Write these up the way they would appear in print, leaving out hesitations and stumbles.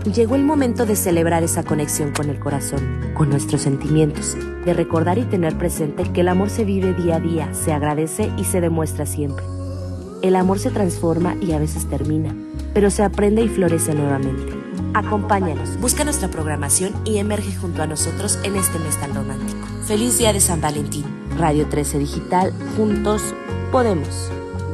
Llegó el momento de celebrar esa conexión con el corazón, con nuestros sentimientos, de recordar y tener presente que el amor se vive día a día, se agradece y se demuestra siempre. El amor se transforma y a veces termina, pero se aprende y florece nuevamente. Acompáñanos, busca nuestra programación y emerge junto a nosotros en este mes tan romántico. Feliz Día de San Valentín. Radio 13 Digital, juntos podemos.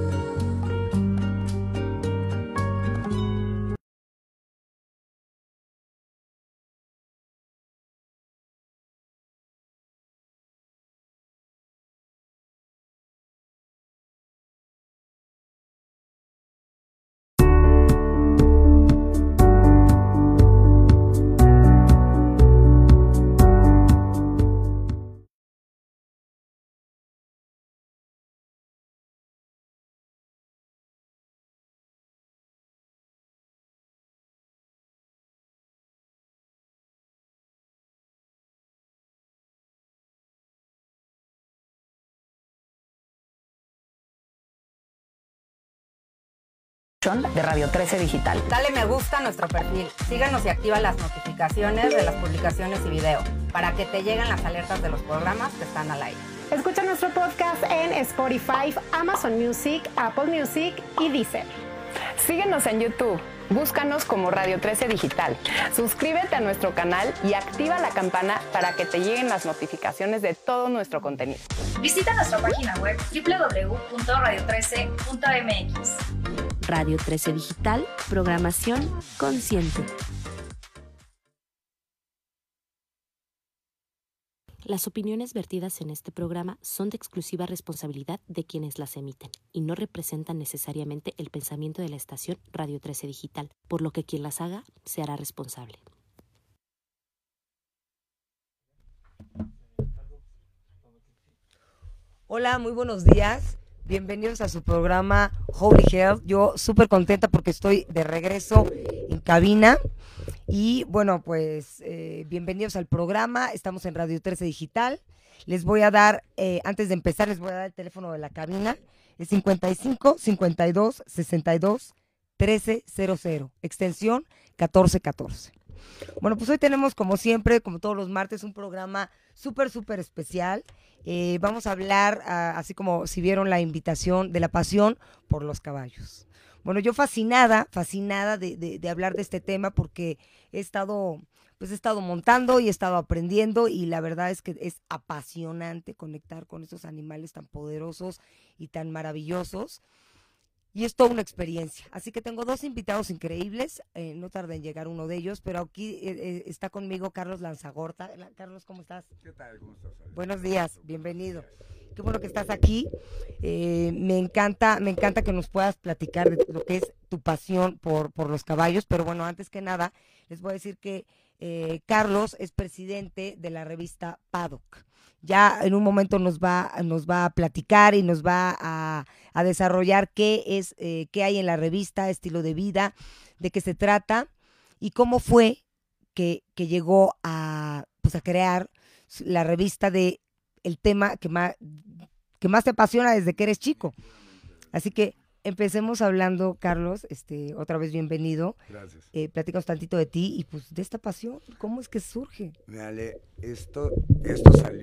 De Radio 13 Digital. Dale me gusta a nuestro perfil, síguenos y activa las notificaciones de las publicaciones y video para que te lleguen las alertas de los programas que están al aire. Escucha nuestro podcast en Spotify, Amazon Music, Apple Music y Deezer. Síguenos en YouTube. Búscanos como Radio 13 Digital. Suscríbete a nuestro canal y activa la campana para que te lleguen las notificaciones de todo nuestro contenido. Visita nuestra página web www.radio13.mx. Radio 13 Digital, programación consciente. Las opiniones vertidas en este programa son de exclusiva responsabilidad de quienes las emiten y no representan necesariamente el pensamiento de la estación Radio 13 Digital, por lo que quien las haga se hará responsable. Hola, muy buenos días. Bienvenidos a su programa Holy Health. Yo súper contenta porque estoy de regreso en cabina. Y bueno, pues bienvenidos al programa. Estamos en Radio 13 Digital. Les voy a dar, antes de empezar, les voy a dar el teléfono de la cabina. Es 55 52 62 1300, extensión 1414. Bueno, pues hoy tenemos, como siempre, como todos los martes, un programa súper especial. Vamos a hablar, así como si vieron la invitación, de la pasión por los caballos. Bueno, yo fascinada de hablar de este tema porque he estado montando y he estado aprendiendo y la verdad es que es apasionante conectar con estos animales tan poderosos y tan maravillosos. Y es toda una experiencia. Así que tengo dos invitados increíbles. No tarda en llegar uno de ellos, pero aquí está conmigo Carlos Lanzagorta. Carlos, ¿cómo estás? ¿Qué tal? ¿Cómo estás? Buenos días, bienvenido. Qué bueno que estás aquí. Me encanta que nos puedas platicar de lo que es tu pasión por los caballos. Pero bueno, antes que nada, les voy a decir que Carlos es presidente de la revista Paddock. Ya en un momento nos va a platicar y nos va a desarrollar qué hay en la revista, estilo de vida, de qué se trata y cómo fue que llegó a crear la revista de el tema que más te apasiona desde que eres chico. Así que empecemos hablando, Carlos, otra vez bienvenido. Gracias. Platícanos tantito de ti y pues de esta pasión, ¿cómo es que surge? Dale, esto salió,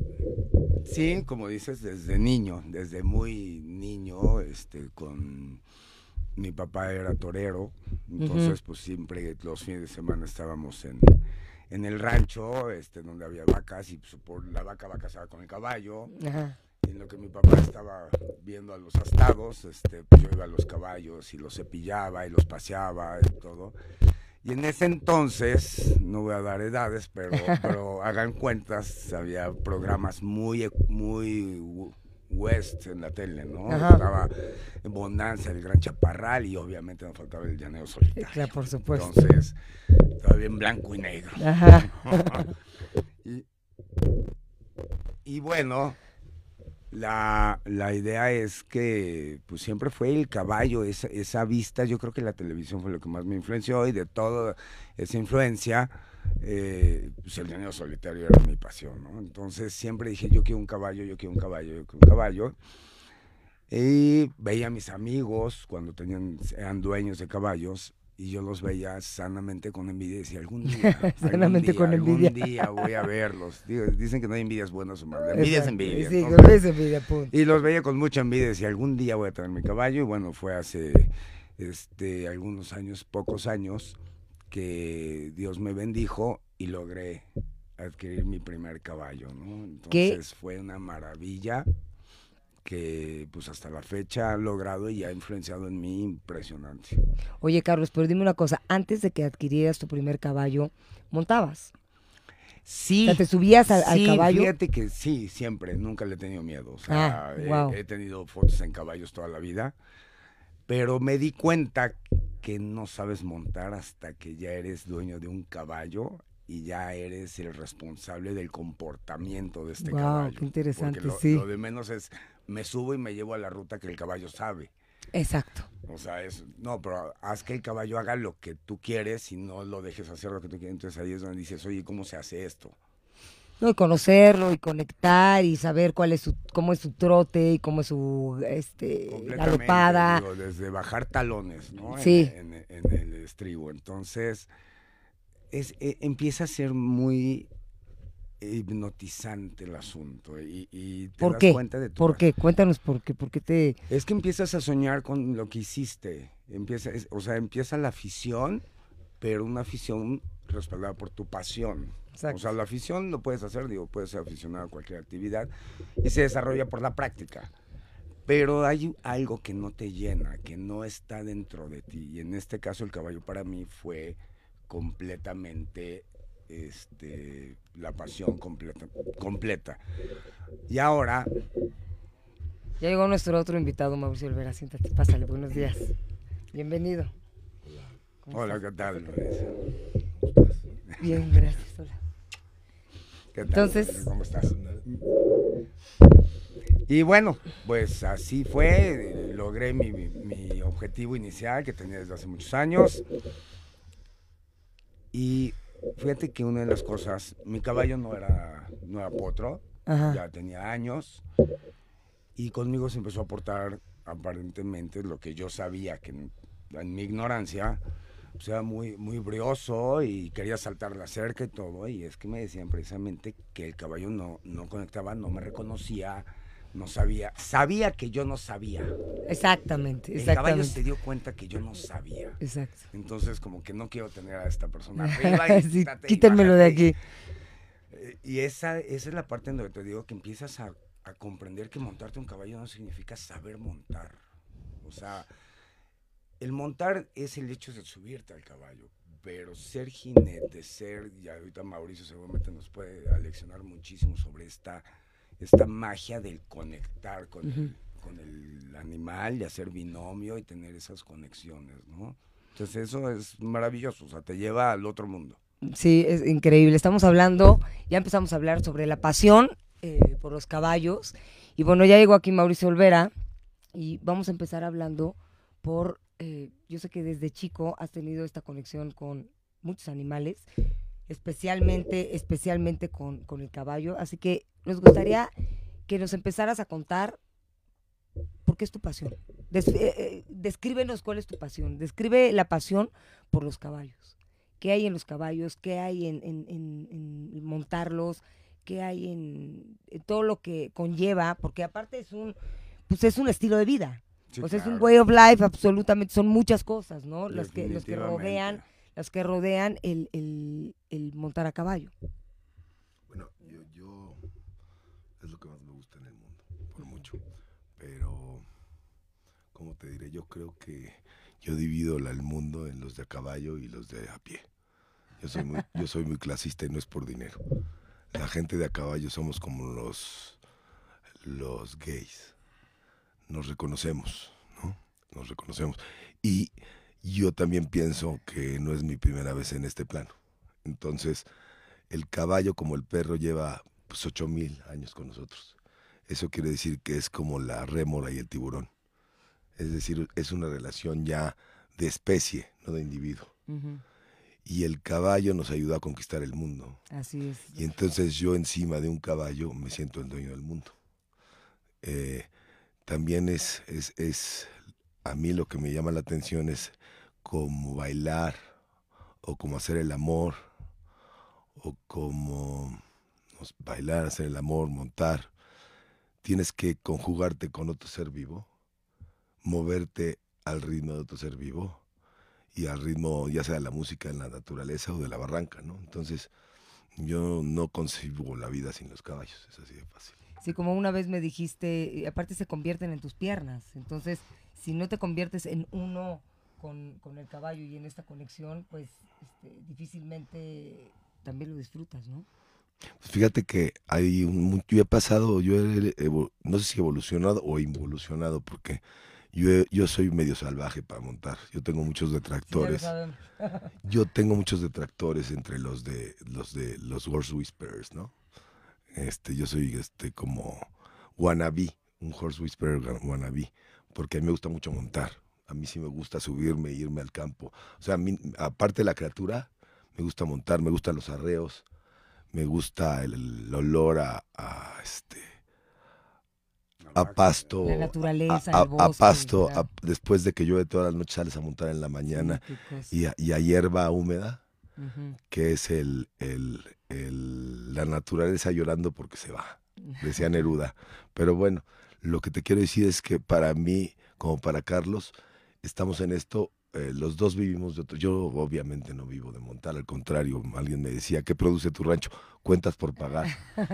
sí, como dices, desde niño, desde muy niño, con mi papá era torero, entonces pues siempre los fines de semana estábamos en el rancho, donde había vacas y pues, la vaca va casada con el caballo. Ajá. En lo que mi papá estaba viendo a los astados, pues yo iba a los caballos y los cepillaba y los paseaba y todo. Y en ese entonces, no voy a dar edades, pero hagan cuentas, había programas muy west en la tele, ¿no? Ajá. Estaba Bonanza, el Gran Chaparral y obviamente no faltaba el Llanero Solitario. Claro, por supuesto. Entonces, todavía en blanco y negro. Ajá. y bueno, la idea es que pues siempre fue el caballo, esa vista. Yo creo que la televisión fue lo que más me influenció y de toda esa influencia, pues el Llanero Solitario era mi pasión, ¿no? Entonces siempre dije, yo quiero un caballo, yo quiero un caballo, yo quiero un caballo. Y veía a mis amigos cuando eran dueños de caballos y yo los veía sanamente con envidia y decía, algún día, Sanamente con envidia. algún día voy a verlos. Dicen que no hay envidias buenas o malas, envidia es Exacto. envidia. Sí, Entonces, con esa envidia, punto. y los veía con mucha envidia y decía, algún día voy a tener mi caballo. Y bueno, fue hace algunos años, pocos años, que Dios me bendijo y logré adquirir mi primer caballo, ¿no? Entonces fue una maravilla que pues hasta la fecha ha logrado y ha influenciado en mí impresionante. Oye, Carlos, pero dime una cosa, antes de que adquirieras tu primer caballo, ¿montabas? Sí. O sea, ¿te subías al caballo? Fíjate que sí, siempre, nunca le he tenido miedo. O sea, wow. he tenido fotos en caballos toda la vida, pero me di cuenta que no sabes montar hasta que ya eres dueño de un caballo y ya eres el responsable del comportamiento de este caballo. Qué interesante, porque sí. lo de menos es, me subo y me llevo a la ruta que el caballo sabe. Exacto. O sea, pero haz que el caballo haga lo que tú quieres y no lo dejes hacer lo que tú quieres. Entonces ahí es donde dices, oye, ¿cómo se hace esto? No, y conocerlo y conectar y saber cómo es su trote y cómo es su galopada. Digo, desde bajar talones, ¿no? Sí. En el estribo. Entonces, empieza a ser muy hipnotizante el asunto y te ¿Por das qué? cuenta de tu ¿Por qué? Cuéntanos por qué. ¿Por qué te...? Es que empiezas a soñar con lo que hiciste. Empieza la afición, pero una afición respaldada por tu pasión. Exacto. O sea, la afición lo puedes hacer, puedes ser aficionado a cualquier actividad y se desarrolla por la práctica. Pero hay algo que no te llena, que no está dentro de ti. Y en este caso el caballo para mí fue completamente la pasión completa. Y ahora... Ya llegó nuestro otro invitado, Mauricio Olvera. Siéntate, pásale, buenos días. Bienvenido. Hola, ¿qué tal? Bien, gracias. Hola. ¿Qué tal? Entonces, ¿cómo estás? Y bueno, pues así fue, logré mi objetivo inicial que tenía desde hace muchos años. Y fíjate que una de las cosas, mi caballo no era potro, ajá, ya tenía años, y conmigo se empezó a portar aparentemente lo que yo sabía, que en mi ignorancia, pues era muy, muy brioso y quería saltar la cerca y todo, y es que me decían precisamente que el caballo no conectaba, no me reconocía, no sabía que yo no sabía. Exactamente. El caballo se dio cuenta que yo no sabía. Exacto. Entonces como que no quiero tener a esta persona arriba y sí, quítenmelo de aquí. Y esa es la parte en donde te digo que empiezas a comprender que montarte un caballo no significa saber montar. O sea, el montar es el hecho de subirte al caballo, pero ser jinete, y ahorita Mauricio seguramente nos puede aleccionar muchísimo sobre esta magia del conectar con el animal y hacer binomio y tener esas conexiones, ¿no? Entonces eso es maravilloso, o sea, te lleva al otro mundo. Sí, es increíble. Ya empezamos a hablar sobre la pasión por los caballos. Y bueno, ya llegó aquí Mauricio Olvera y vamos a empezar hablando yo sé que desde chico has tenido esta conexión con muchos animales, especialmente con el caballo. Así que nos gustaría que nos empezaras a contar por qué es tu pasión. Descríbenos cuál es tu pasión. Describe la pasión por los caballos. ¿Qué hay en los caballos? ¿Qué hay en montarlos? ¿Qué hay en todo lo que conlleva? Porque aparte es un estilo de vida. Sí, pues claro. Es un claro. way of life, absolutamente. Son muchas cosas, ¿no? Los que rodean el montar a caballo. Bueno, yo es lo que más me gusta en el mundo, por mucho. Pero, ¿cómo te diré? Yo creo que yo divido el mundo en los de a caballo y los de a pie. Yo soy muy clasista y no es por dinero. La gente de a caballo somos como los gays. Nos reconocemos, ¿no? Nos reconocemos. Y yo también pienso que no es mi primera vez en este plano. Entonces, el caballo como el perro lleva 8,000 años con nosotros. Eso quiere decir que es como la rémora y el tiburón. Es decir, es una relación ya de especie, no de individuo. Uh-huh. Y el caballo nos ayuda a conquistar el mundo. Así es. Y entonces yo encima de un caballo me siento el dueño del mundo. También a mí lo que me llama la atención es como bailar, o como hacer el amor, o como bailar, hacer el amor, montar. Tienes que conjugarte con otro ser vivo, moverte al ritmo de otro ser vivo y al ritmo ya sea de la música en la naturaleza o de la barranca, ¿no? Entonces yo no concibo la vida sin los caballos, es así de fácil. Sí, como una vez me dijiste, aparte se convierten en tus piernas, entonces si no te conviertes en uno con el caballo y en esta conexión, pues difícilmente también lo disfrutas, ¿no? Pues fíjate que yo he pasado, no sé si evolucionado o involucionado, porque yo soy medio salvaje para montar. Yo tengo muchos detractores. Sí, ya lo sabemos. Yo tengo muchos detractores entre los horse whisperers, ¿no? Yo soy como wannabe, un horse whisperer wannabe, porque a mí me gusta mucho montar. A mí sí me gusta subirme e irme al campo. O sea, a mí, aparte de la criatura, me gusta montar, me gustan los arreos, me gusta el olor a pasto, la naturaleza, a el bosque, pasto, claro. Después de que llueve toda la noche sales a montar en la mañana, y a hierba húmeda, que es la naturaleza llorando porque se va, decía Neruda. Pero bueno, lo que te quiero decir es que para mí, como para Carlos, estamos en esto. Los dos vivimos de otro. Yo obviamente no vivo de montar, al contrario, alguien me decía, ¿qué produce tu rancho? Cuentas por pagar.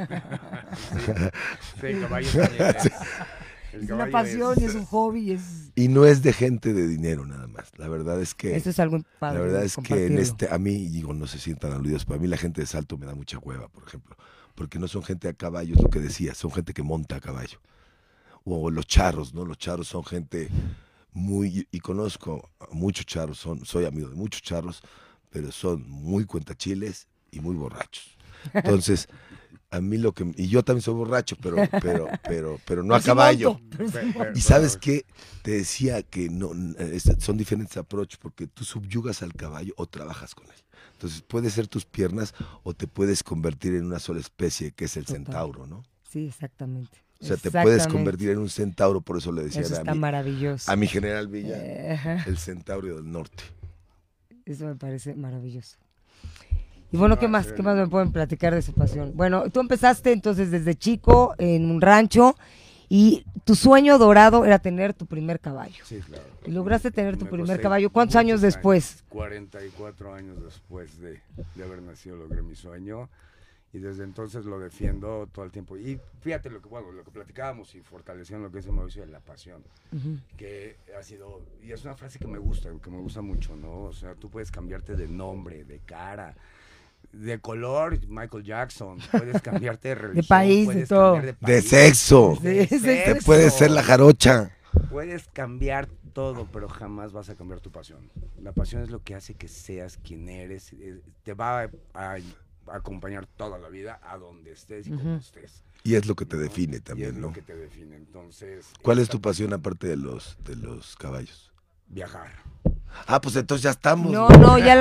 Sí, caballo también es una pasión, es un hobby. Y no es de gente de dinero nada más. La verdad es que... Eso es algo padre. La verdad es que a mí, digo, no se sientan aludidos, pero a mí la gente de Salto me da mucha hueva, por ejemplo. Porque no son gente a caballo, es lo que decía, son gente que monta a caballo. O los charros, ¿no? Los charros son gente... y conozco a muchos charros, soy amigo de muchos charros, pero son muy cuentachiles y muy borrachos. Entonces, a mí y yo también soy borracho, pero no a caballo. Y sabes qué, te decía que no, son diferentes approach, porque tú subyugas al caballo o trabajas con él. Entonces, puede ser tus piernas o te puedes convertir en una sola especie, que es el centauro, ¿no? Sí, exactamente. O sea, te puedes convertir en un centauro, por eso le decía maravilloso. A mi general Villa, el centauro del norte. Eso me parece maravilloso. Y bueno, ¿qué más me pueden platicar de su pasión? Bueno, tú empezaste entonces desde chico en un rancho y tu sueño dorado era tener tu primer caballo. Sí, claro. Y lograste tener tu primer caballo. ¿Cuántos años después? 44 años después de haber nacido logré mi sueño. Y desde entonces lo defiendo todo el tiempo. Y fíjate lo que platicábamos y fortalecieron lo que dice Mauricio de la pasión, que ha sido, y es una frase que me gusta mucho, ¿no? O sea, tú puedes cambiarte de nombre, de cara, de color, Michael Jackson, puedes cambiarte de religión, de país, de todo. De sexo. Te puedes ser la jarocha. Puedes cambiar todo, pero jamás vas a cambiar tu pasión. La pasión es lo que hace que seas quien eres, te va a acompañar toda la vida a donde estés y como estés. Y es lo que te define también, y es ¿no? lo que te define. Entonces, ¿cuál es tu pasión aparte de los caballos? Viajar. Ah, pues entonces ya estamos. No, ya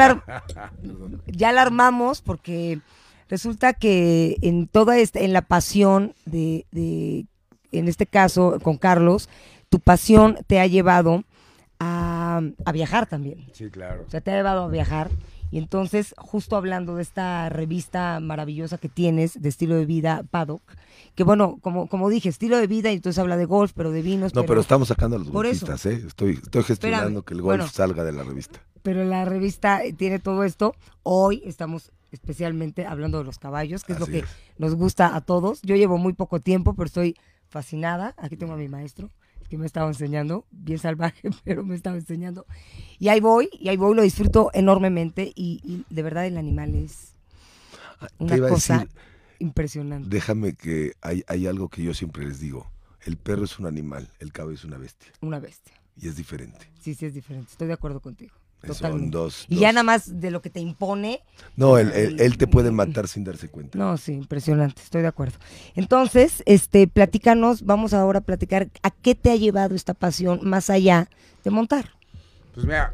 la armamos, porque resulta que en toda en la pasión de en este caso con Carlos, tu pasión te ha llevado a viajar también. Sí, claro. O sea, te ha llevado a viajar. Y entonces, justo hablando de esta revista maravillosa que tienes, de estilo de vida, Paddock, que bueno, como dije, estilo de vida, y entonces habla de golf, pero de vinos. No, pero estamos sacando a los por golfistas, ¿eh? Estoy gestionando que el golf salga de la revista. Pero la revista tiene todo esto. Hoy estamos especialmente hablando de los caballos, que es lo que nos gusta a todos. Yo llevo muy poco tiempo, pero estoy fascinada. Aquí tengo a mi maestro, que me estaba enseñando, bien salvaje, pero me estaba enseñando. Y ahí voy, lo disfruto enormemente, y de verdad el animal es una cosa impresionante. Déjame que hay algo que yo siempre les digo. El perro es un animal, el caballo es una bestia. Una bestia. Y es diferente. Sí, es diferente. Estoy de acuerdo contigo. Son dos. Y ya nada más de lo que te impone. No, él te puede matar sin darse cuenta. No, sí, impresionante, estoy de acuerdo. Entonces, platícanos, vamos ahora a platicar a qué te ha llevado esta pasión más allá de montar. Pues mira,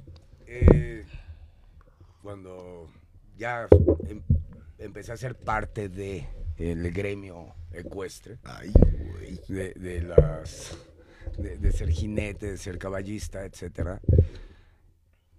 cuando ya empecé a ser parte del gremio ecuestre, de ser jinete, de ser caballista, etcétera,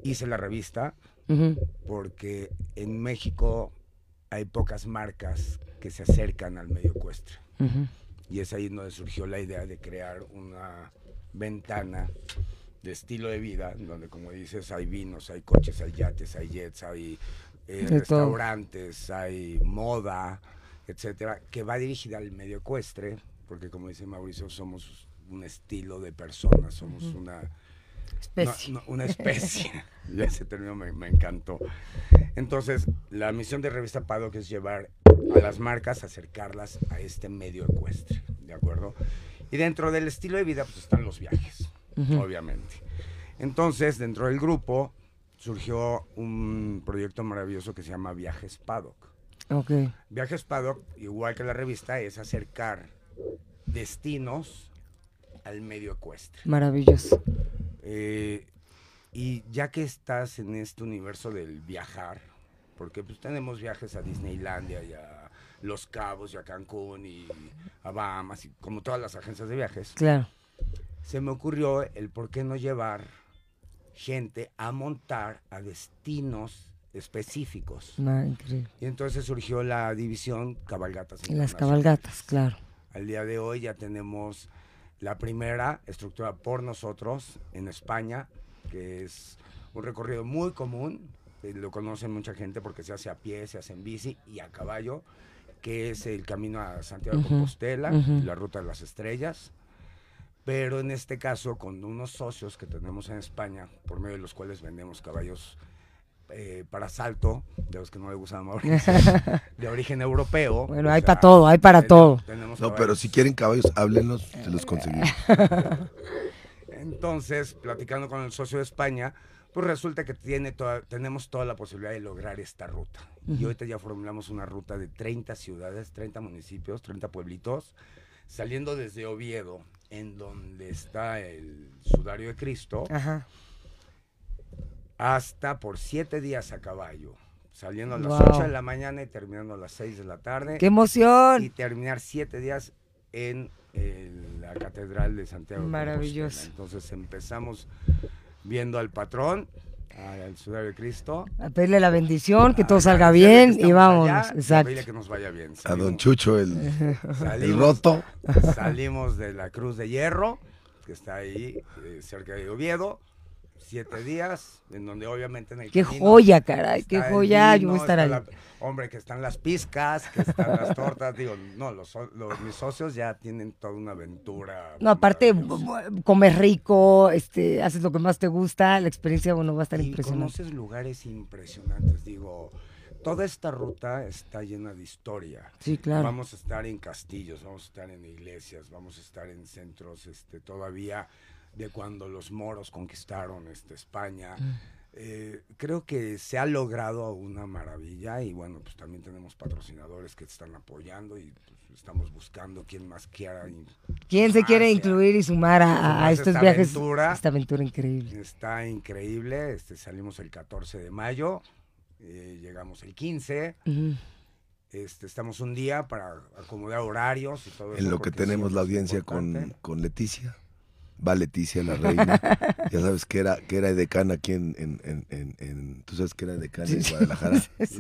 hice la revista Ujú. porque en México hay pocas marcas que se acercan al medio ecuestre. Ujú. Y es ahí donde surgió la idea de crear una ventana de estilo de vida, donde, como dices, hay vinos, hay coches, hay yates, hay jets, hay De restaurantes, hay moda, etcétera, que va dirigida al medio ecuestre, porque, como dice Mauricio, somos un estilo de personas, somos una Especie. una especie. Y ese término me encantó. Entonces, la misión de Revista Paddock es llevar a las marcas, acercarlas a este medio ecuestre, ¿de acuerdo? Y dentro del estilo de vida, pues están los viajes, obviamente. Entonces, dentro del grupo, surgió un proyecto maravilloso que se llama Viajes Paddock. Ok. Viajes Paddock, igual que la revista, es acercar destinos al medio ecuestre. Maravilloso. Y ya que estás en este universo del viajar, porque pues tenemos viajes a Disneylandia y a Los Cabos y a Cancún y a Bahamas y como todas las agencias de viajes, Claro. se me ocurrió el por qué no llevar gente a montar a destinos específicos. Increíble. Y entonces surgió la división Cabalgatas Las Internacionales. cabalgatas, claro. Al día de hoy ya tenemos la primera estructurada por nosotros en España, que es un recorrido muy común, lo conocen mucha gente porque se hace a pie, se hace en bici y a caballo, que es el camino a Santiago de Compostela, la Ruta de las Estrellas, pero en este caso con unos socios que tenemos en España, por medio de los cuales vendemos caballos para salto, de los que no le gustan a Mauricio, de origen europeo. Bueno, o hay sea, para todo, hay para todo. tenemos No, pero caballos. si quieren caballos, háblenos, se los conseguimos. Entonces, platicando con el socio de España, pues resulta que tenemos toda la posibilidad de lograr esta ruta. Y ahorita ya formulamos una ruta de 30 ciudades, 30 municipios, 30 pueblitos, saliendo desde Oviedo, en donde está el Sudario de Cristo, Ajá. hasta por 7 días a caballo, saliendo a las Wow. 8 de la mañana y terminando a las 6 de la tarde. ¡Qué emoción! Y terminar 7 días en la Catedral de Santiago de Maravilloso. Compostela. Entonces empezamos viendo al patrón, al Sudario de Cristo. A pedirle la bendición, que todo salga agradecerle bien que y estamos vámonos. allá, y Exacto. pedirle que nos vaya bien. A don Chucho, el salimos- roto. Salimos de la Cruz de Hierro, que está ahí cerca de Oviedo, 7 días, en donde obviamente en el ¡Qué camino joya, caray! ¡Qué está el joya! Yo vino, voy a estar ahí. está hombre, que están las pizcas, que están las tortas, digo, no, mis socios ya tienen toda una aventura. No, aparte, maravillosa. comes rico, haces lo que más te gusta, la experiencia, bueno, va a estar Y impresionante. conoces lugares impresionantes, digo, toda esta ruta está llena de historia. Sí, claro. Vamos a estar en castillos, vamos a estar en iglesias, vamos a estar en centros todavía de cuando los moros conquistaron España. Creo que se ha logrado una maravilla y bueno, pues también tenemos patrocinadores que están apoyando y pues, estamos buscando quién más quiera. ¿Quién se quiere sumarse incluir y sumar a sumarse estos esta viajes? aventura. Esta aventura increíble. Está increíble, salimos el 14 de mayo, llegamos el 15, Ujú. estamos un día para acomodar horarios y todo eso. En lo que porque tenemos sí, la es audiencia importante. con Leticia. Va Leticia, la reina. Ya sabes que era edecana aquí tú sabes que era edecana en Guadalajara.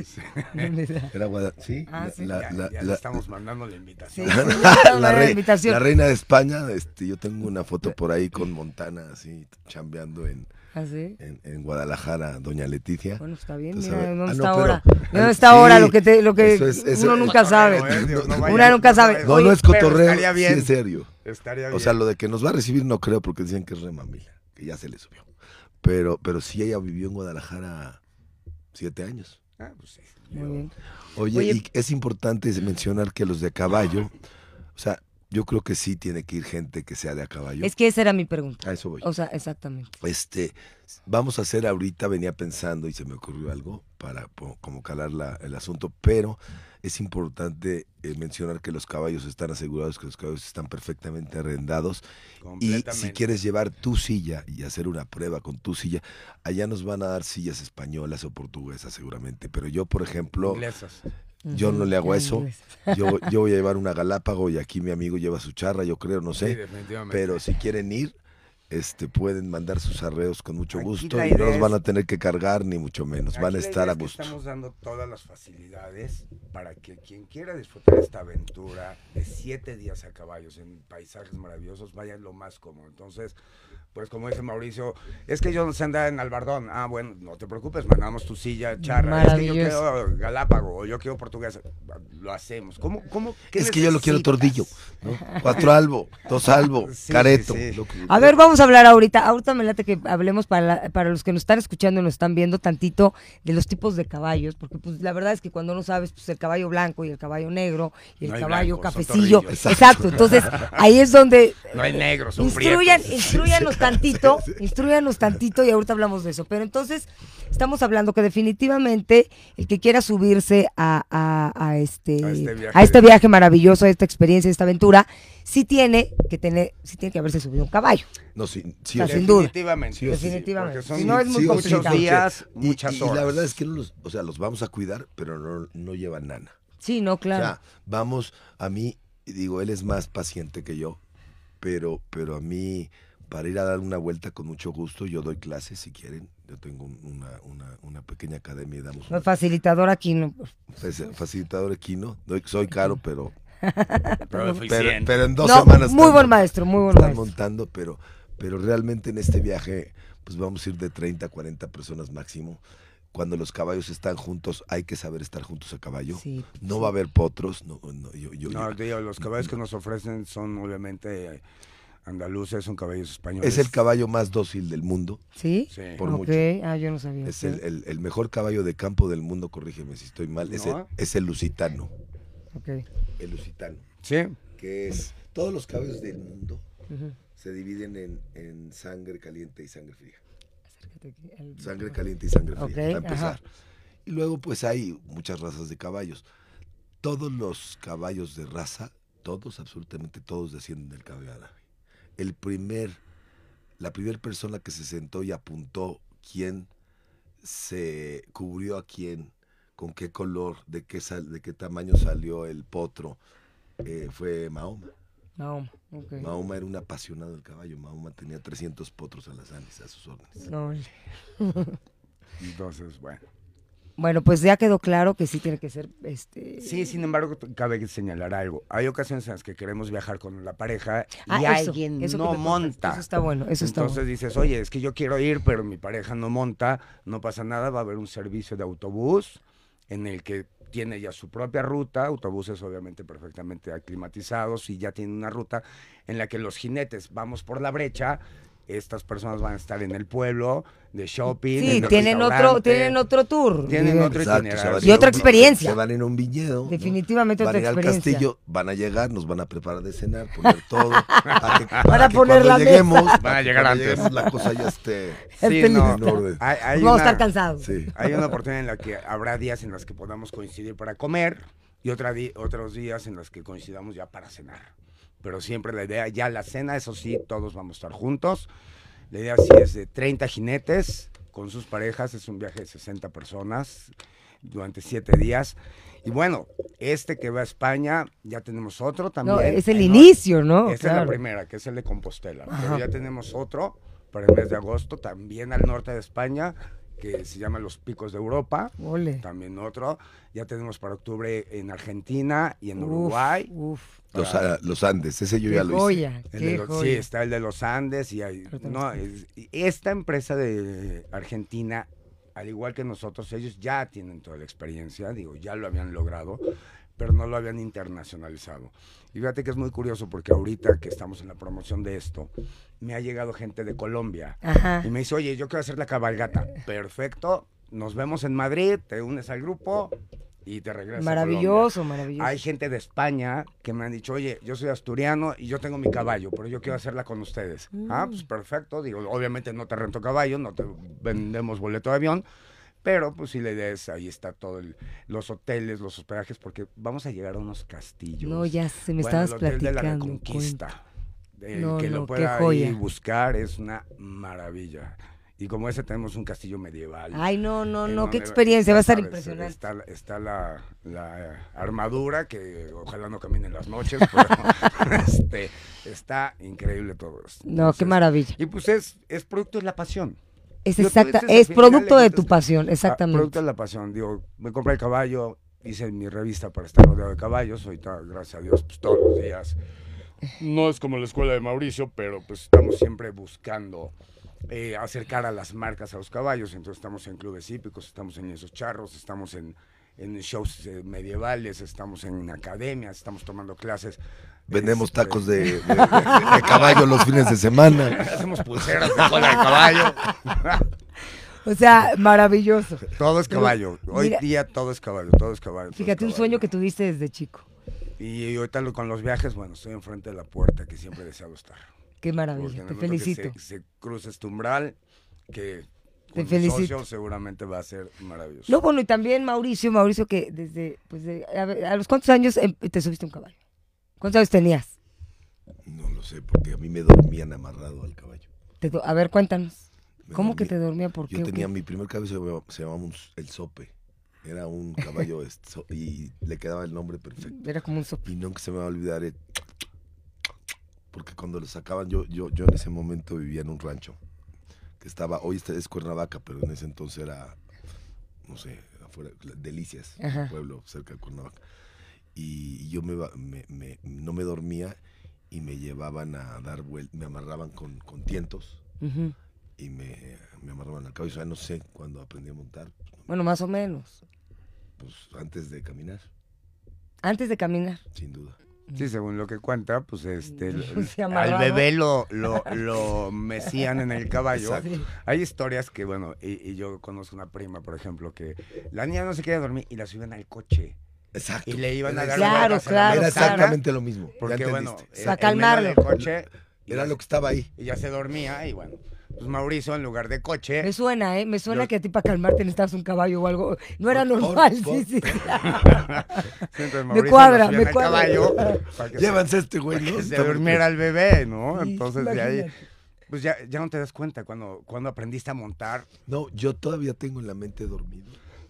Era Guadalajara. Sí, Ah, sí. Ya le estamos mandando la invitación. Sí, sí, la invitación. reina de España. Yo tengo una foto por ahí con Montana, así, chambeando en ¿Ah, sí? Guadalajara, doña Leticia. Bueno, está bien, Tú mira, sabes. ¿dónde Ah, está no, ahora? pero- ¿Dónde está sí, ahora? Lo que eso uno es- nunca sabe. Una nunca sabe. No, Oye, no es pero cotorreo, estaría sí bien. es serio. Estaría bien. O sea, lo de que nos va a recibir no creo porque dicen que es remamila, que ya se le subió. Pero sí ella vivió en Guadalajara 7 años. Ah, pues sí. Muy bien. Oye, y es importante mencionar que los de caballo, o sea, yo creo que sí tiene que ir gente que sea de a caballo. Es que esa era mi pregunta. A eso voy. O sea, exactamente. Vamos a hacer ahorita, venía pensando y se me ocurrió algo para como calar el asunto, pero es importante mencionar que los caballos están asegurados, que los caballos están perfectamente arrendados y Completamente. si quieres llevar tu silla y hacer una prueba con tu silla, allá nos van a dar sillas españolas o portuguesas seguramente, pero yo, por ejemplo, Inglesas. yo no le hago Ujú, eso. inglés. Yo voy a llevar una Galápago y aquí mi amigo lleva su charra, yo creo, no Sí, sé. definitivamente. Pero si quieren ir, pueden mandar sus arreos con mucho Aquí gusto la y no idea los es- van a tener que cargar ni mucho menos, van a Aquí la estar idea a es que gusto. Estamos dando todas las facilidades para que quien quiera disfrutar esta aventura de 7 días a caballos en paisajes maravillosos vaya lo más cómodo. Entonces, pues como dice Mauricio, es que yo no sé andar en Albardón. Ah, bueno, no te preocupes, mandamos tu silla charra. Es que yo Maravilloso. quiero Galápago o yo quiero portugués. Lo hacemos. ¿Qué Es que yo lo quiero necesitas? tordillo, ¿no? 4 albo, 2 albo, Sí, careto. sí, sí. lo que- A ver, vamos a hablar ahorita me late que hablemos para los que nos están escuchando y nos están viendo tantito de los tipos de caballos, porque pues la verdad es que cuando no sabes, pues el caballo blanco y el caballo negro y el No hay caballo blancos, son cafecillo, torrillos. exacto, entonces ahí es donde No hay negros, son instruyanos prietos. instruyanos tantito y ahorita hablamos de eso, pero entonces estamos hablando que definitivamente el que quiera subirse a este viaje maravilloso, a esta experiencia, a esta aventura, sí tiene que haberse subido un caballo. No, sí, O sea, o sí. sin duda. Definitivamente. Sí o sí. Definitivamente. Porque son Si no, es muy Sí o sí, muchos complicado. días, Y- muchas y horas. la verdad es que los vamos a cuidar, pero no llevan nana. Sí, no, claro. O sea, vamos, a mí, digo, él es más paciente que yo, pero a mí, para ir a dar una vuelta con mucho gusto, yo doy clases si quieren. Yo tengo una pequeña academia y damos No, facilitador aquí, no. facilitador equino. Soy caro, pero eficiente. pero en 2 No, semanas muy buen maestro, muy buen están maestro. montando, pero realmente en este viaje pues vamos a ir de 30 a 40 personas máximo. Cuando los caballos están juntos, hay que saber estar juntos a caballo. Sí, No va a haber potros. No, yo- No, te digo, los caballos que nos ofrecen son obviamente andaluces, son caballos españoles. es el caballo más dócil del mundo. ¿Sí? Sí. Por Ok, mucho. yo no sabía. Es sí. el mejor caballo de campo del mundo, corrígeme si estoy mal. ¿No? Es el lusitano. Ok. El lusitano. Sí, Que es. Todos los caballos del mundo Ujú. se dividen en sangre caliente y sangre fría. Acércate aquí, el- Sangre caliente y sangre fría, Ok, para empezar. ajá. Y luego pues hay muchas razas de caballos. Todos los caballos de raza, absolutamente todos descienden del caballo árabe. La primera persona que se sentó y apuntó quién se cubrió a quién, con qué color, de qué tamaño salió el potro, fue Mahoma. No, ok. Mahoma era un apasionado del caballo. Mahoma tenía 300 potros a las Andes, a sus órdenes. No. entonces, bueno. Bueno, pues ya quedó claro que sí tiene que ser Sí, sin embargo, cabe señalar algo. Hay ocasiones en las que queremos viajar con la pareja y eso, alguien eso que no me contaste, monta. Eso está bueno, eso está Entonces bueno. dices, oye, es que yo quiero ir, pero mi pareja no monta, no pasa nada, va a haber un servicio de autobús en el que tiene ya su propia ruta, autobuses obviamente perfectamente aclimatizados y ya tiene una ruta en la que los jinetes vamos por la brecha, estas personas van a estar en el pueblo de shopping, Sí, en el tienen otro tour. Tienen digamos. otro Exacto, itinerario. se van Y otra a un- experiencia. Se van en un viñedo. ¿no? Definitivamente Van otra a ir al experiencia. castillo, van a llegar, nos van a preparar de cenar, poner todo. Van a poner cuando la lleguemos, mesa. Van a llegar cuando antes. lleguemos, la cosa ya esté Sí, Esté no, en orden. hay Vamos a una- estar cansados. Sí. Hay una oportunidad en la que habrá días en los que podamos coincidir para comer y otros días en los que coincidamos ya para cenar. Pero siempre la idea, ya la cena, eso sí, todos vamos a estar juntos. La idea sí es de 30 jinetes con sus parejas, es un viaje de 60 personas durante 7 días. Y bueno, que va a España, ya tenemos otro también. No, es el En inicio, ¿no? Esta es la Claro. primera, que es el de Compostela. Ajá. Pero ya tenemos otro para el mes de agosto, también al norte de España, que se llama Los Picos de Europa. Ole. También otro. Ya tenemos para octubre en Argentina y en Uf, Uruguay. uf. Los Andes, ese yo Qué ya lo hice. joya, El qué de los- sí, joya. está el de los Andes y hay, Ahorita no, esta empresa de Argentina, al igual que nosotros, ellos ya tienen toda la experiencia, digo, ya lo habían logrado, pero no lo habían internacionalizado. Y fíjate que es muy curioso porque ahorita que estamos en la promoción de esto, me ha llegado gente de Colombia Ajá. y me dice, oye, yo quiero hacer la cabalgata. Perfecto, nos vemos en Madrid, te unes al grupo y te regresas a Colombia. Maravilloso, maravilloso. Hay gente de España que me han dicho, oye, yo soy asturiano y yo tengo mi caballo, pero yo quiero hacerla con ustedes. Ah, pues perfecto. Digo, obviamente no te rento caballo, no te vendemos boleto de avión, pero pues sí la idea es, ahí está todo, los hoteles, los hospedajes, porque vamos a llegar a unos castillos. No, ya se me Bueno, estabas el Hotel de la platicando. Reconquista. El No, que no, lo qué pueda joya. ahí buscar es una maravilla. Y como ese tenemos un castillo medieval. Ay, no, no, en no, qué donde, experiencia, ya va a estar sabes, impresionante. Está la armadura, que ojalá no camine en las noches, pero Está increíble todo esto. No, Entonces, qué maravilla. Y pues es producto de la pasión. Es Digo, tú exacta, dices, al es final producto de de tu cuentas, pasión, producto exactamente. de la pasión. Digo, me compré el caballo, hice mi revista para estar rodeado de caballos. Ahorita, gracias a Dios, pues todos los días. No es como la escuela de Mauricio, pero pues estamos siempre buscando acercar a las marcas a los caballos. Entonces estamos en clubes hípicos, estamos en esos charros, estamos en shows medievales, estamos en academias, estamos tomando clases. Vendemos tacos de caballo los fines de semana. Hacemos pulseras de cola de caballo. O sea, maravilloso. Todo es caballo. Hoy Mira, día todo es caballo, todo es caballo. todo fíjate, es un caballo. sueño que tuviste desde chico. Y ahorita con los viajes, bueno, estoy enfrente de la puerta que siempre he deseado estar. Qué Porque en maravilla, el te momento felicito. que se cruce este umbral, que Te con mi felicito. socio seguramente va a ser maravilloso. No, bueno, y también Mauricio que desde, pues, a los cuántos años te subiste un caballo. ¿Cuántos años tenías? No lo sé, porque a mí me dormían amarrado al caballo. A ver, cuéntanos. Me ¿Cómo que dormí. te dormía? ¿Por qué? Yo ¿O qué? tenía mi primer caballo, se llamaba el sope. Era un caballo y le quedaba el nombre perfecto. Era como un sope. Y nunca se me va a olvidar porque cuando lo sacaban, yo en ese momento vivía en un rancho que estaba, hoy es Cuernavaca, pero en ese entonces era, no sé, afuera, Delicias, Ajá. un pueblo cerca de Cuernavaca. Y yo no me dormía y me llevaban a dar vueltas, me amarraban con tientos Ujú. y me amarraban al caballo. O sea, no sé cuándo aprendí a montar, Bueno, más o menos. pues antes de caminar, Antes de caminar. sin duda. Sí, según lo que cuenta, pues Se al amarraba. bebé lo mecían en el caballo. Exacto. Hay historias que, bueno, y yo conozco una prima, por ejemplo, que la niña no se quería dormir y la subían al coche. Exacto. Y le iban a dar Claro, vueltas en la claro, Era ventana, exactamente lo mismo. ya porque, bueno, entendiste. Para en medio calmarlo. del coche, Era lo que estaba ahí. y ya se dormía, y bueno, pues Mauricio, en lugar de coche, Me suena, ¿eh? Me suena Yo- que a ti para calmarte necesitabas un caballo o algo. No era Por- normal, por- sí, sí. entonces Mauricio cuadra, lo subían me al cuadra. caballo para que Llévanse este güey, ¿no? se Está muy durmiera el bebé, ¿no? Sí, Entonces de ahí, imagínate. pues ya no te das cuenta cuando aprendiste a montar. No, yo todavía tengo en la mente dormido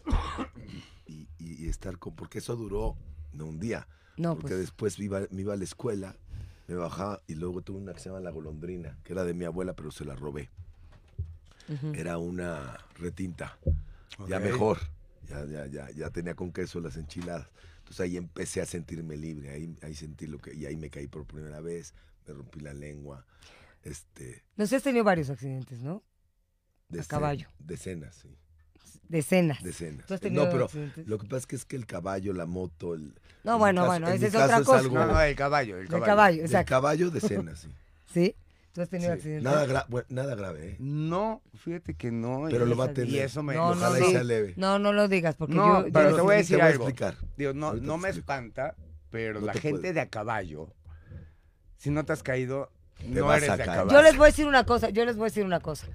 y estar con, porque eso duró no un día, No, porque pues. después me iba a la escuela, me bajaba y luego tuve una que se llama La Golondrina, que era de mi abuela, pero se la robé. Ujú. Era una retinta, ya Ok. mejor, ya tenía con queso las enchiladas. Entonces ahí empecé a sentirme libre, ahí sentí y ahí me caí por primera vez, me rompí la lengua, No sé, has tenido varios accidentes, ¿no? A dece- caballo. decenas, sí. Decenas. Decenas. ¿Tú has tenido No, pero accidentes? lo que pasa es que el caballo, la moto, No, en bueno, mi caso- bueno, en esa mi es caso otra es cosa. algo- No, el caballo, el El caballo. caballo, del exacto. caballo, decenas, sí. ¿Sí? ¿Tú has tenido Sí. accidentes? Nada grave, ¿eh? No, fíjate que no. Pero y- lo va a Y tener. eso me... No, Ojalá no. y sea leve. No, no lo digas, porque No, yo... pero yo- te voy a Te decir voy a algo. explicar. Digo, no Ahorita me te explico. espanta, pero No la te gente puedo. de a caballo, si no te has caído, Te no vas eres a de a caer. caballo. Yo les voy a decir una cosa,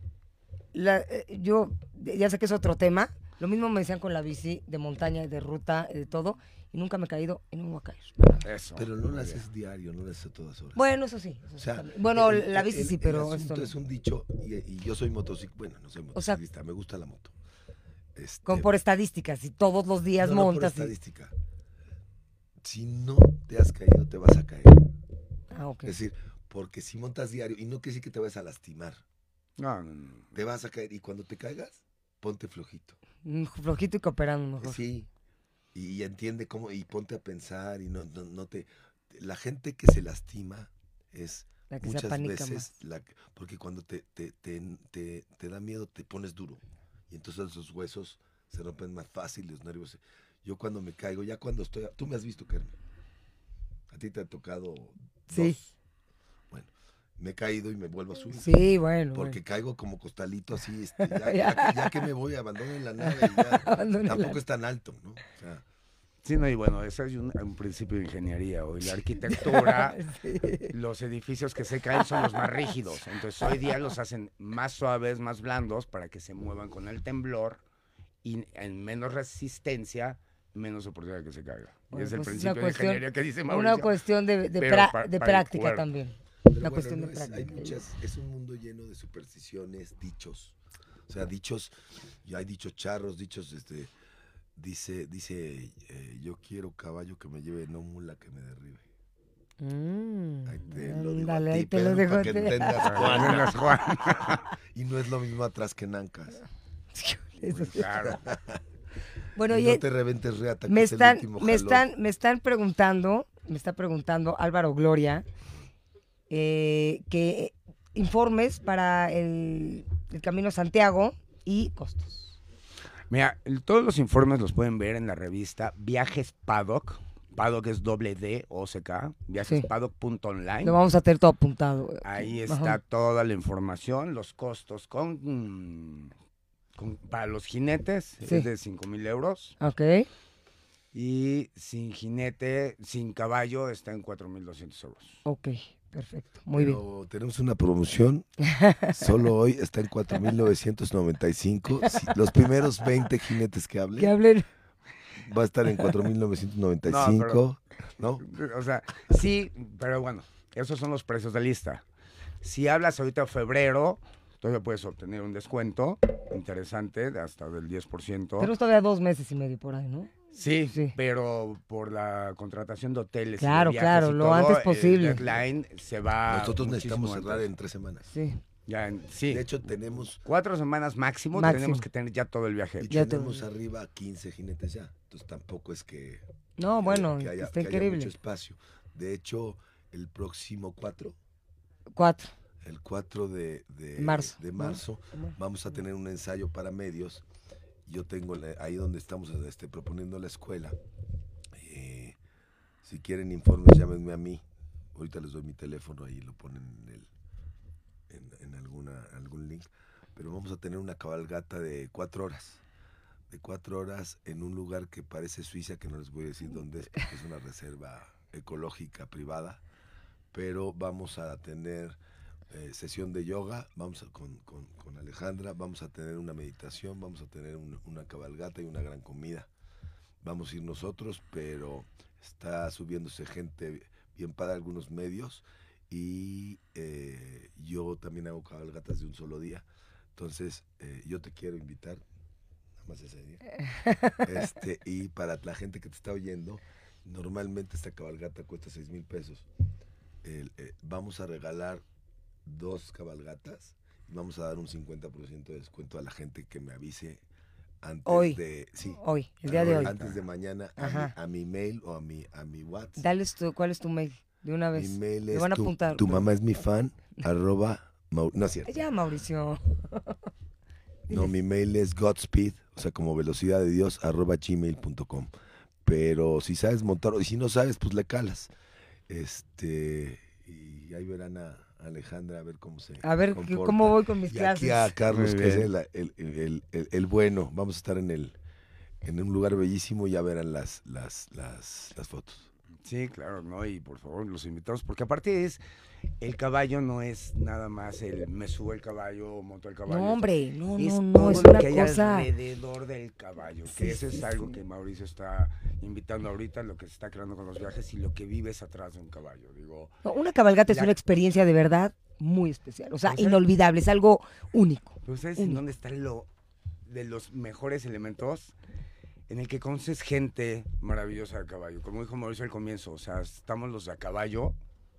yo ya sé que es otro tema, lo mismo me decían con la bici de montaña, de ruta, de todo, y nunca me he caído y no me voy a caer. Eso. Pero no lo muy bien. haces diario, no lo haces a todas horas. Bueno, eso sí. O sea, también. Bueno, el- la bici el- sí, el pero asunto esto no. es un dicho y yo soy motociclista, bueno, no soy O sea, motociclista, me gusta la moto. Como por estadísticas, y todos los días no, no por montas. y- estadística. Si no te has caído, te vas a caer. Ah, ok. Es decir, porque si montas diario, y no quiere decir que te vas a lastimar, No, no, no. te vas a caer y cuando te caigas, ponte flojito. Flojito y cooperando mejor. Sí, y entiende cómo, y ponte a pensar, y no te... La gente que se lastima es La que se muchas apanica veces, porque cuando te da miedo te pones duro, y entonces los huesos se rompen más fácil, los nervios. Yo cuando me caigo, ya cuando estoy... Tú me has visto, Carmen. A ti te ha tocado Sí. dos. Bueno, me he caído y me vuelvo a subir. Sí, bueno. Porque caigo como costalito así, Ya. ya que me voy, abandono en la nave y ya, Abandono la- tampoco es tan alto, ¿no? O sea, Sí, no, y bueno, eso es un principio de ingeniería. Hoy la arquitectura, Sí. los edificios que se caen son los más rígidos. Entonces hoy día los hacen más suaves, más blandos, para que se muevan con el temblor y en menos resistencia, menos oportunidad de que se caiga. Y Bueno, es el pues principio de ingeniería que dice Mauricio. Una cuestión de Pero para el práctica cuerpo. también. pero Una bueno, cuestión no de es, hay práctica. muchas, es un mundo lleno de supersticiones, dichos. O sea, dichos, y hay dichos charros, dichos, dice, yo quiero caballo que me lleve, no mula que me derribe. Ahí Ándale, a ti, ahí te lo Pedro, dejo. para que entiendas, Juana. Juan. Y no es lo mismo atrás que en Ancas. Eso sí. Claro. Bueno, Y oye, no te reventes reata, que me es el están, último me jalón. están, me están preguntando, me está preguntando Álvaro Gloria, que informes para el Camino a Santiago y costos. Mira, todos los informes los pueden ver en la revista Viajes Paddock. Paddock es DOCK, viajespaddock.online. Lo vamos a tener todo apuntado. Ahí Ajá. está toda la información, los costos para los jinetes Sí. es de 5,000 euros. Ok. Y sin jinete, sin caballo, está en 4,200 euros. Ok, perfecto. Muy bien. Pero tenemos una promoción. Solo hoy está en 4,995. Los primeros 20 jinetes que Que hablen hablen. va a estar en 4,995. ¿No? O sea, sí, pero bueno, esos son los precios de lista. Si hablas ahorita de febrero, todavía puedes obtener un descuento interesante de hasta del 10%. Tenemos todavía 2 meses y medio por ahí, ¿no? Sí, Sí. pero por la contratación de hoteles y de Claro, viajes claro, y lo todo, antes el posible. deadline se va Nosotros muchísimo necesitamos cerrar antes. en 3 semanas. Sí. Sí, De hecho, tenemos 4 semanas máximo, Máximo. tenemos que tener ya todo el viaje y hecho. Ya tenemos arriba 15 jinetes ya. Entonces tampoco es que, No, bueno, que haya está mucho increíble. espacio. De hecho, el próximo 4, 4. el 4 de Marzo. marzo, vamos a tener un ensayo para medios. Yo tengo ahí donde estamos proponiendo la escuela. Si quieren informes, llámenme a mí. Ahorita les doy mi teléfono, ahí lo ponen en algún link. Pero vamos a tener una cabalgata de 4 horas. De 4 horas en un lugar que parece Suiza, que no les voy a decir dónde es, porque es una reserva ecológica privada. Pero vamos a tener sesión de yoga, con Alejandra, vamos a tener una meditación, vamos a tener una cabalgata y una gran comida. Vamos a ir nosotros, pero está subiéndose gente bien para algunos medios y yo también hago cabalgatas de un solo día. Entonces, yo te quiero invitar, nada más ese día. Y para la gente que te está oyendo, normalmente esta cabalgata cuesta 6,000 pesos. Vamos a regalar 2 cabalgatas y vamos a dar un 50% de descuento a la gente que me avise antes Hoy. sí, Hoy, el día de hoy. antes de mañana a mi mail o a mi WhatsApp. Dales ¿cuál es tu mail? De una vez. Mi mail Me es van a apuntar. tu mamá es mi fan no es cierto. Ya, Mauricio. No, mi mail es Godspeed, o sea, como velocidad de Dios, @gmail.com. Pero si sabes montar, y si no sabes, pues le calas. Y ahí verán a Alejandra a ver cómo se A ver, comporta. ¿cómo voy con mis Y aquí a clases? Carlos, Muy que es bien. el bueno. Vamos a estar en un lugar bellísimo, ya verán las fotos. Sí, claro, ¿no? Y por favor, los invitamos, porque aparte el caballo no es nada más me subo el caballo, monto el caballo. No, hombre, no, Es no, todo es lo una que hay cosa. alrededor del caballo, Sí, que eso sí, es algo sí. que Mauricio está invitando ahorita, lo que se está creando con los viajes y lo que vives atrás de un caballo. Digo, No, una cabalgata es La- una experiencia de verdad muy especial, o sea, O sea, inolvidable, es algo único. ¿pero sabes Único. en dónde está de los mejores elementos? En el que conoces gente maravillosa de caballo. Como dijo Mauricio al comienzo, o sea, estamos los de a caballo,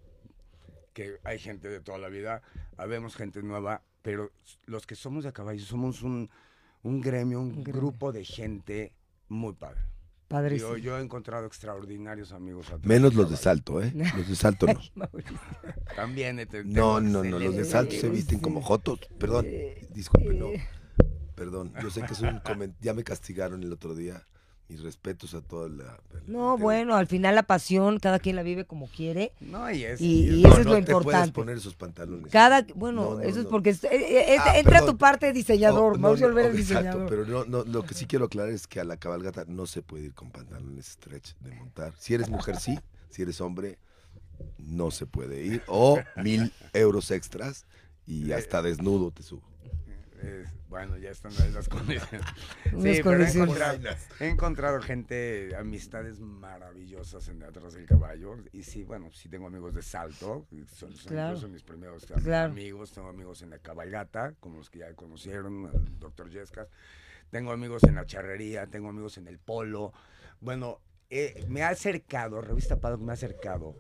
que hay gente de toda la vida, habemos gente nueva, pero los que somos de a caballo somos un gremio, un gremio. grupo de gente muy padre. Padrísimo. Yo he encontrado extraordinarios amigos atrás Menos del los de caballo. Salto, ¿eh? Los de Salto no. Mauricio. También No, los de Salto se visten como jotos. Perdón, disculpe, no. Perdón, yo sé que es un ya me castigaron el otro día. Mis respetos a toda la... No, bueno, al final la pasión, cada quien la vive como quiere. No, Y es eso es lo te puedes importante. poner esos pantalones. Bueno, No, eso es no. porque Ah, entra perdón. tu parte de diseñador, Oh, Mauricio Olvera es exacto, diseñador. pero no, lo que sí quiero aclarar es que a la cabalgata no se puede ir con pantalones stretch de montar. Si eres mujer, sí. Si eres hombre, no se puede ir. O 1,000 euros extras y hasta desnudo te subo. Bueno, ya están ahí las condiciones. Unas Sí, pero condiciones. he encontrado gente, amistades maravillosas atrás del caballo. Y sí, bueno, sí tengo amigos de Salto, son Claro. incluso mis primeros Claro. amigos. Tengo amigos en la cabalgata, como los que ya conocieron, el doctor Yescas. Tengo amigos en la charrería, tengo amigos en el polo. Bueno, me ha acercado, Revista Paddock me ha acercado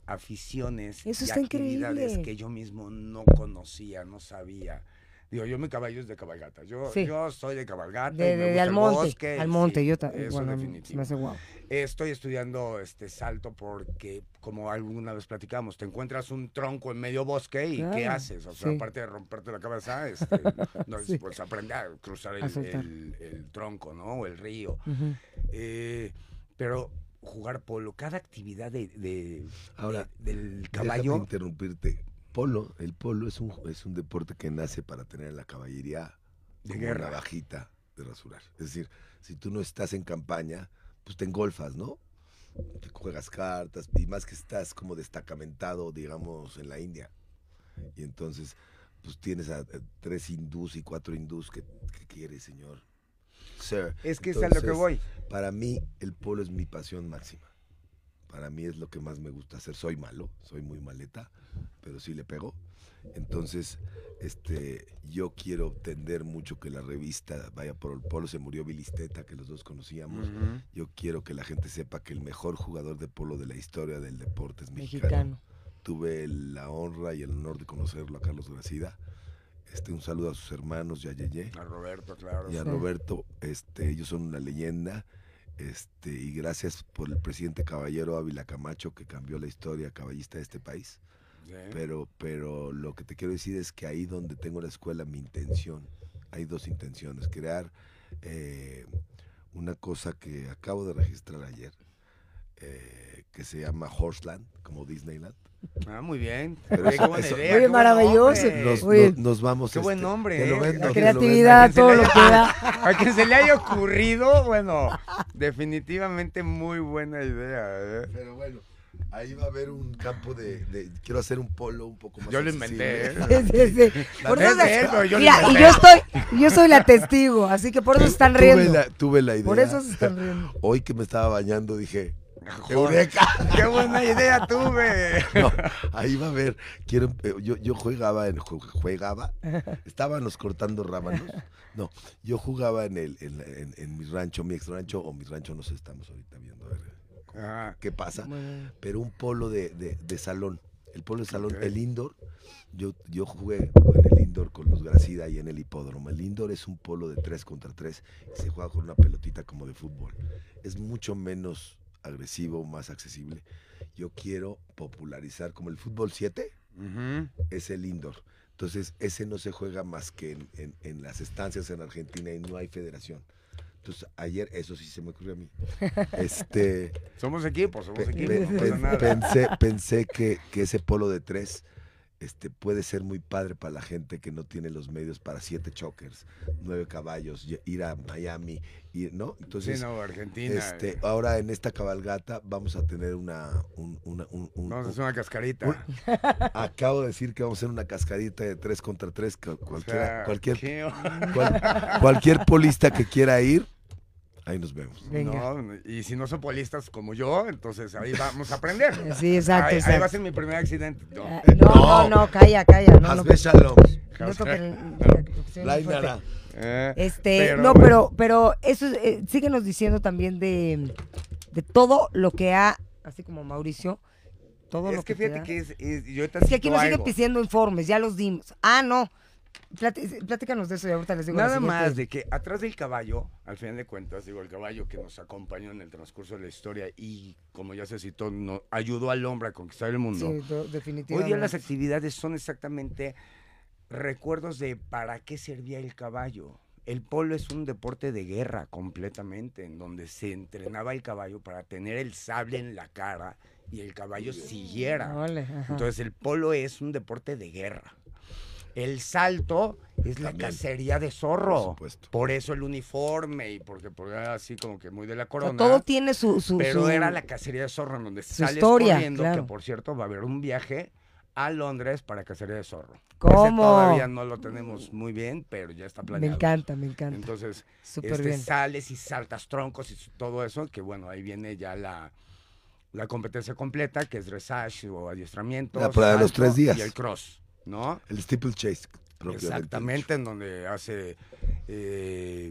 aficiones Eso y está actividades increíble. que yo mismo no conocía, no sabía. Digo, yo mi caballo es de cabalgata. Yo soy de cabalgata. Y me gusta al el monte. bosque, Al monte, sí, yo eso bueno, se definitivo. me hace guau. Estoy estudiando salto porque, como alguna vez platicamos, te encuentras un tronco en medio bosque y ¿qué Claro, haces? O sea, sí. aparte de romperte la cabeza, Sí. pues aprender a cruzar A soltar. el tronco, ¿no? O el río. Ujú. Pero jugar polo, cada actividad Ahora, del Déjame caballo. interrumpirte. El polo es un deporte que nace para tener en la caballería De como guerra. una bajita de rasurar. Es decir, si tú no estás en campaña, pues te engolfas, ¿no? Te juegas cartas y más que estás como destacamentado, digamos, en la India. Y entonces, pues tienes a 3 hindús y 4 hindús que quieres, señor. Sir. Es que es a lo que Entonces, voy. Para mí, el polo es mi pasión máxima. Para mí es lo que más me gusta hacer. Soy malo, soy muy maleta, pero sí le pego. Entonces, yo quiero tender mucho que la revista vaya por el polo. Se murió Vilisteta, que los dos conocíamos. Ujú. Yo quiero que la gente sepa que el mejor jugador de polo de la historia del deporte es mexicano. Tuve la honra y el honor de conocerlo a Carlos Gracida. Un saludo a sus hermanos y a Yeye. A Roberto, claro. Y a Roberto, ellos son una leyenda. Y gracias por el presidente Caballero Ávila Camacho, que cambió la historia caballista de este país. Sí. Pero lo que te quiero decir es que ahí donde tengo la escuela, mi intención, hay 2 intenciones. Crear una cosa que acabo de registrar ayer, que se llama Horseland, como Disneyland. Ah, muy bien. Pero Oye, eso- qué buena eso- idea, Oye, qué buen maravilloso. nombre. Oye, Nos vamos. Qué buen nombre, te lo ¿eh? vendo, La te lo vendo. creatividad, todo lo que da. A quien se le haya ocurrido, bueno, definitivamente muy buena idea. ¿Eh? Pero bueno, ahí va a haber un campo quiero hacer un polo un poco más Yo lo accesible. inventé, Sí, sí. Por eso neta, pero yo lo mira, y inventé. yo soy la testigo, así que por eso se están riendo. Tuve la idea. Por eso se están riendo. Hoy que me estaba bañando dije, Joder, ¡Eureka! ¡Qué buena idea tuve! No, ahí va a haber. Yo estábamos cortando rábanos. No, yo jugaba en mi rancho, mi ex rancho, o mi rancho, no sé, estamos ahorita viendo a ver Ajá. qué pasa. Bueno, Pero un polo de salón. El polo de salón, Ok. el indoor. Yo jugué en el indoor con los Gracida y en el hipódromo. El indoor es un polo de 3 contra 3 y se juega con una pelotita como de fútbol. Es mucho menos agresivo, más accesible. Yo quiero popularizar como el fútbol 7, Ujú. es el indoor. Entonces, ese no se juega más que en las estancias en Argentina y no hay federación. Entonces, ayer, eso sí se me ocurrió a mí. Somos equipo, no Pe- pasa nada. pensé que ese polo de 3 puede ser muy padre para la gente que no tiene los medios para 7 chokers, 9 caballos, ir a Miami, ¿no? Entonces, Sí, no, Argentina. ahora en esta cabalgata vamos a tener Vamos a hacer una cascarita. acabo de decir que vamos a hacer una cascadita de 3 contra 3, cualquier polista que quiera ir, ahí nos vemos. venga. No, y si no son polistas como yo, entonces ahí vamos a aprender. Sí, exacto, Ahí va a exacto. ser mi primer accidente. No. No, calla. No, Hazme shalom. no toquen La Inara. pero eso síguenos diciendo también de todo lo que ha, así como Mauricio, todo lo Es que que te fíjate da. que yo te Es que aquí cito nos siguen algo. pidiendo informes, ya los dimos. Ah, no. Platícanos de eso y ahorita les digo. la Nada siguiente. más de que atrás del caballo, al final de cuentas, digo, el caballo que nos acompañó en el transcurso de la historia y, como ya se citó, ayudó al hombre a conquistar el mundo. Sí, definitivamente. Hoy día las actividades son exactamente recuerdos de para qué servía el caballo. El polo es un deporte de guerra completamente, en donde se entrenaba el caballo para tener el sable en la cara y el caballo siguiera. Ole, ajá. Entonces el polo es un deporte de guerra. El salto es la También. cacería de zorro. Por supuesto. Por eso el uniforme y porque era así como que muy de la O sea, corona. todo tiene su Pero era la cacería de zorro en donde sales historia, corriendo, claro. que por cierto va a haber un viaje a Londres para cacería de zorro. ¿Cómo? Ese todavía no lo tenemos muy bien, pero ya está Me planeado. encanta. Entonces, Súper bien. sales y saltas troncos y todo eso, que bueno, ahí viene ya la competencia completa, que es dressage o adiestramiento. La prueba de los salto 3 días. Y el cross, ¿no? El steeplechase, propiamente Exactamente, en donde hace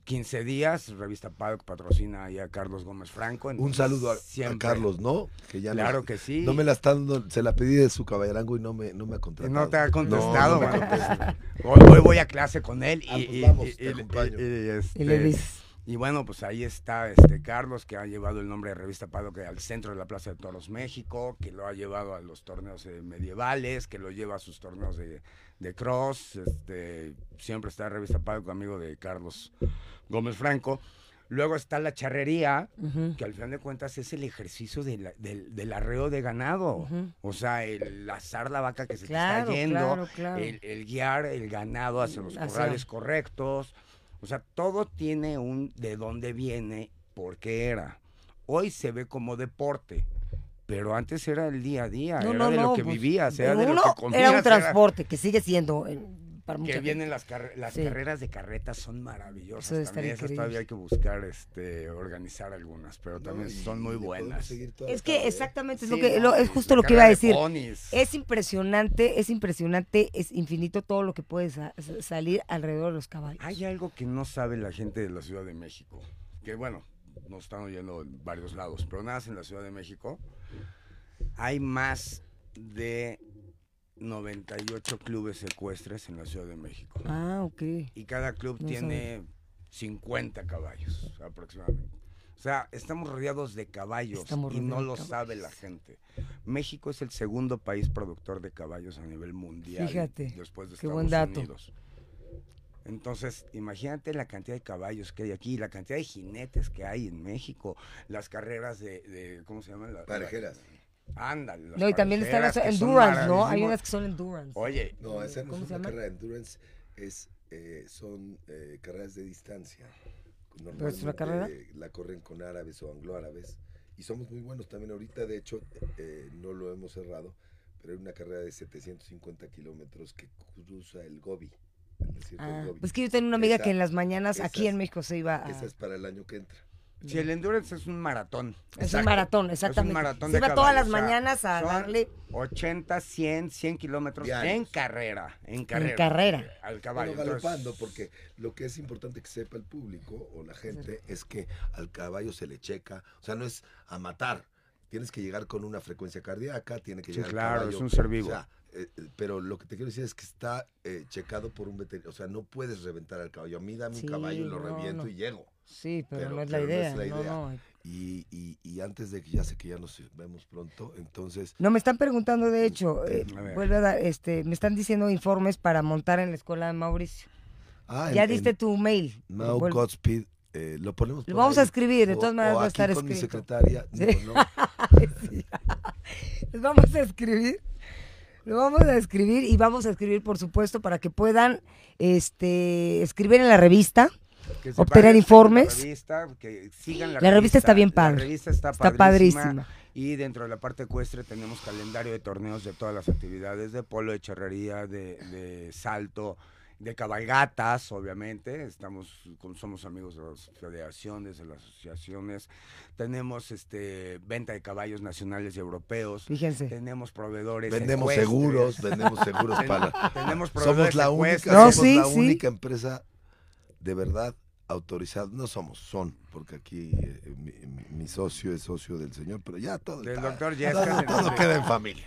15 días, Revista Paddock patrocina ahí a Carlos Gómez Franco. Un saludo a Carlos, ¿no? Que ya claro que sí. No me la está dando, se la pedí de su caballerango y no me ha contestado. No te ha contestado. No me contesta. Hoy voy a clase con él y vamos, te acompaño. Y le dices. Y bueno, pues ahí está Carlos, que ha llevado el nombre de Revista Paddock al centro de la Plaza de Toros México, que lo ha llevado a los torneos medievales, que lo lleva a sus torneos de cross. Siempre está Revista Paddock, amigo de Carlos Gómez Franco. Luego está la charrería, que al final de cuentas es el ejercicio del arreo de ganado. O sea, el azar la vaca que se te está yendo, el guiar el ganado hacia los corrales correctos. O sea, todo tiene un de dónde viene, por qué era. Hoy se ve como deporte, pero antes era el día a día, era de lo que vivías, era de lo que comías. Era un transporte, que sigue siendo para mucha que vienen gente. las carreras de carretas son maravillosas. Eso También esas todavía hay que buscar organizar algunas, pero también son muy buenas. Es que exactamente es justo lo que iba a decir. Es impresionante, es infinito todo lo que puede salir alrededor de los caballos. Hay algo que no sabe la gente de la Ciudad de México, que bueno, nos están oyendo en varios lados, pero nada más en la Ciudad de México hay más de 98 clubes ecuestres en la Ciudad de México. Ah, ok. Y cada club tiene 50 caballos aproximadamente. O sea, estamos rodeados de caballos y no lo sabe la gente. México es el segundo país productor de caballos a nivel mundial. Fíjate, después de qué Estados buen dato. Unidos. Entonces, imagínate la cantidad de caballos que hay aquí, la cantidad de jinetes que hay en México, las carreras de ¿cómo se llaman? Parejeras. Ándale. No, y también están las endurance, ¿no? Hay unas que son endurance. Oye. No, esa no es una carrera de endurance, son carreras de distancia. ¿Pero es una carrera? La corren con árabes o anglo-árabes. Y somos muy buenos también ahorita, de hecho, no lo hemos cerrado, pero hay una carrera de 750 kilómetros que cruza el Gobi. Pues que yo tengo una amiga que en las mañanas aquí en México se iba a... Esa es para el año que entra. Sí, el endurance es un maratón. Es un maratón, exactamente. Es un maratón se de va caballos, todas las mañanas a darle 80, 100 kilómetros en carrera. En carrera. Al caballo. Bueno, galopando, porque lo que es importante que sepa el público o la gente es que al caballo se le checa, o sea, no es a matar. Tienes que llegar con una frecuencia cardíaca, tiene que llegar claro, caballo, es un ser vivo. O sea, pero lo que te quiero decir es que está checado por un veterinario, o sea, no puedes reventar al caballo. A mí dame un caballo y lo reviento y llego. Sí, pero no es la idea. No. Y antes de que ya sé que ya nos vemos pronto, entonces... No, me están preguntando, de hecho, vuelve a dar, me están diciendo informes para montar en la escuela de Mauricio. Ya diste tu mail. Now Godspeed, lo ponemos por Lo vamos ahí, a escribir, de todas maneras va a estar con escrito. mi secretaria. ¿Sí? No. Sí. Les vamos a escribir. Lo vamos a escribir y vamos a escribir, por supuesto, para que puedan escribir en la revista, obtener informes. Que sigan la revista está bien padre. La revista está padrísima. Y dentro de la parte ecuestre tenemos calendario de torneos de todas las actividades, de polo, de charrería, de salto, de cabalgatas, obviamente. Somos amigos de las federaciones, de las asociaciones. Tenemos venta de caballos nacionales y europeos. Fíjense. Tenemos proveedores. Vendemos seguros para. Tenemos proveedores. Somos la única empresa de verdad autorizada. No son, porque aquí mi socio es socio del señor, pero ya todo. Del doctor Yescas. Todo queda en familia.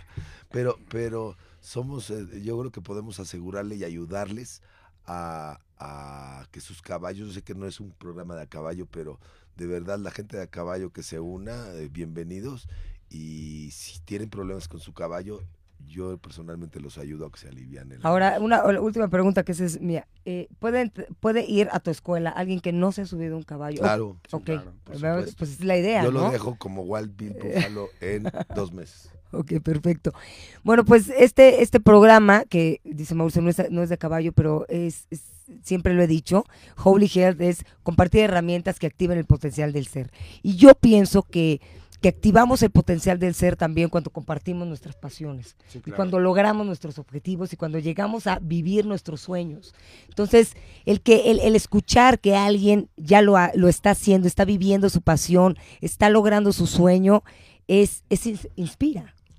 Pero somos, yo creo que podemos asegurarle y ayudarles a que sus caballos, yo sé que no es un programa de a caballo, pero de verdad la gente de a caballo que se una, bienvenidos, y si tienen problemas con su caballo, yo personalmente los ayudo a que se alivianen. Ahora, una última pregunta que es mía. ¿Puede ir a tu escuela alguien que no se ha subido un caballo? Claro. Ok, claro, pues es la idea, yo ¿no? lo dejo como Wild Bill Buffalo en 2 meses. Ok, perfecto. Bueno, pues este programa, que dice Mauricio, no es de caballo, pero siempre lo he dicho, Holy Health es compartir herramientas que activen el potencial del ser. Y yo pienso que activamos el potencial del ser también cuando compartimos nuestras pasiones, sí, claro. Y cuando logramos nuestros objetivos y cuando llegamos a vivir nuestros sueños. Entonces, el escuchar que alguien ya lo está haciendo, está viviendo su pasión, está logrando su sueño, inspira.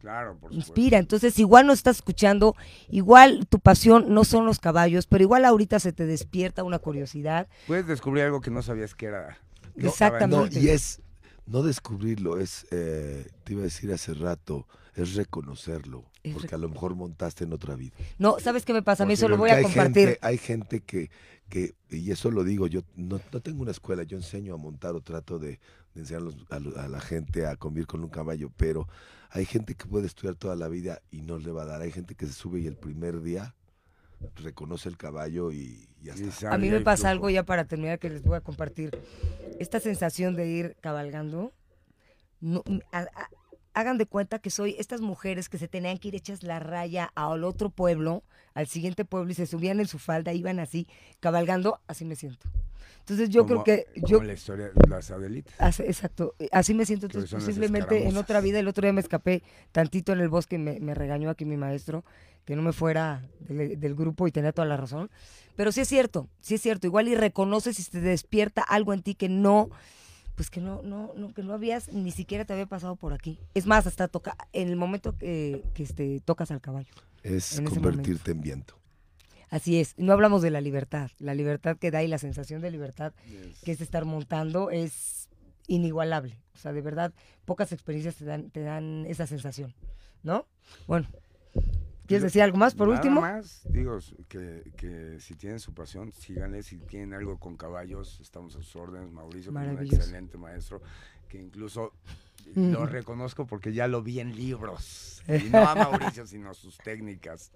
Claro, por supuesto. Inspira. Entonces, igual nos estás escuchando, igual tu pasión no son los caballos, pero igual ahorita se te despierta una curiosidad. Puedes descubrir algo que no sabías que era. No, Exactamente. No, y es no descubrirlo, te iba a decir hace rato, es reconocerlo, porque a lo mejor montaste en otra vida. No, ¿sabes qué me pasa? A mí Porque eso lo voy a compartir. Hay gente que, y eso lo digo, yo no tengo una escuela, yo enseño a montar o trato de enseñar a la gente a convivir con un caballo, pero hay gente que puede estudiar toda la vida y no le va a dar. Hay gente que se sube y el primer día reconoce el caballo y ya está. A mí me pasa algo ya para terminar que les voy a compartir. Esta sensación de ir cabalgando, no, hagan de cuenta que soy estas mujeres que se tenían que ir hechas la raya al otro pueblo, al siguiente pueblo, y se subían en su falda, iban así, cabalgando, así me siento. Entonces yo creo que... Como la historia de las Adelitas. Exacto, así me siento. Entonces posiblemente en otra vida, el otro día me escapé tantito en el bosque, me regañó aquí mi maestro, que no me fuera del grupo y tenía toda la razón. Pero sí es cierto, igual y reconoces y te despierta algo en ti que no... Pues que no habías, ni siquiera te había pasado por aquí. Es más, hasta en el momento que tocas al caballo. Es convertirte en viento. Así es, no hablamos de la libertad que da y la sensación de libertad que es estar montando es inigualable. O sea, de verdad, pocas experiencias te dan esa sensación, ¿no? Bueno, ¿quieres decir algo más por último? Nada más, digo, que si tienen su pasión, síganle. Si tienen algo con caballos, estamos a sus órdenes. Mauricio, que es un excelente maestro, que incluso lo reconozco porque ya lo vi en libros. Y no a Mauricio, sino sus técnicas.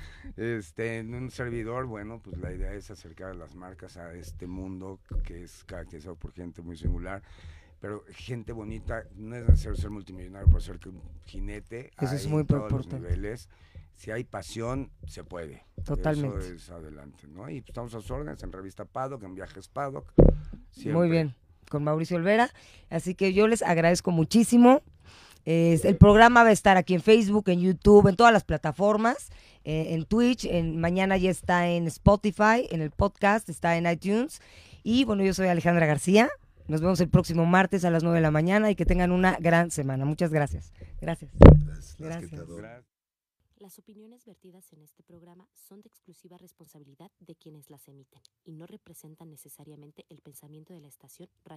En un servidor, bueno, pues la idea es acercar a las marcas a este mundo que es caracterizado por gente muy singular. Pero gente bonita, no es necesario ser multimillonario para ser un jinete. Eso es muy todos importante. los niveles. Si hay pasión, se puede. Totalmente. Eso es adelante, ¿no? Y pues, estamos a sus órdenes en Revista Paddock, en Viajes Paddock. Siempre. Muy bien, con Mauricio Olvera. Así que yo les agradezco muchísimo. El programa va a estar aquí en Facebook, en YouTube, en todas las plataformas, en Twitch, mañana ya está en Spotify, en el podcast, está en iTunes. Y bueno, yo soy Alejandra García. Nos vemos el próximo martes a las 9 de la mañana y que tengan una gran semana. Muchas gracias. Gracias. Gracias. Las opiniones vertidas en este programa son de exclusiva responsabilidad de quienes las emiten y no representan necesariamente el pensamiento de la estación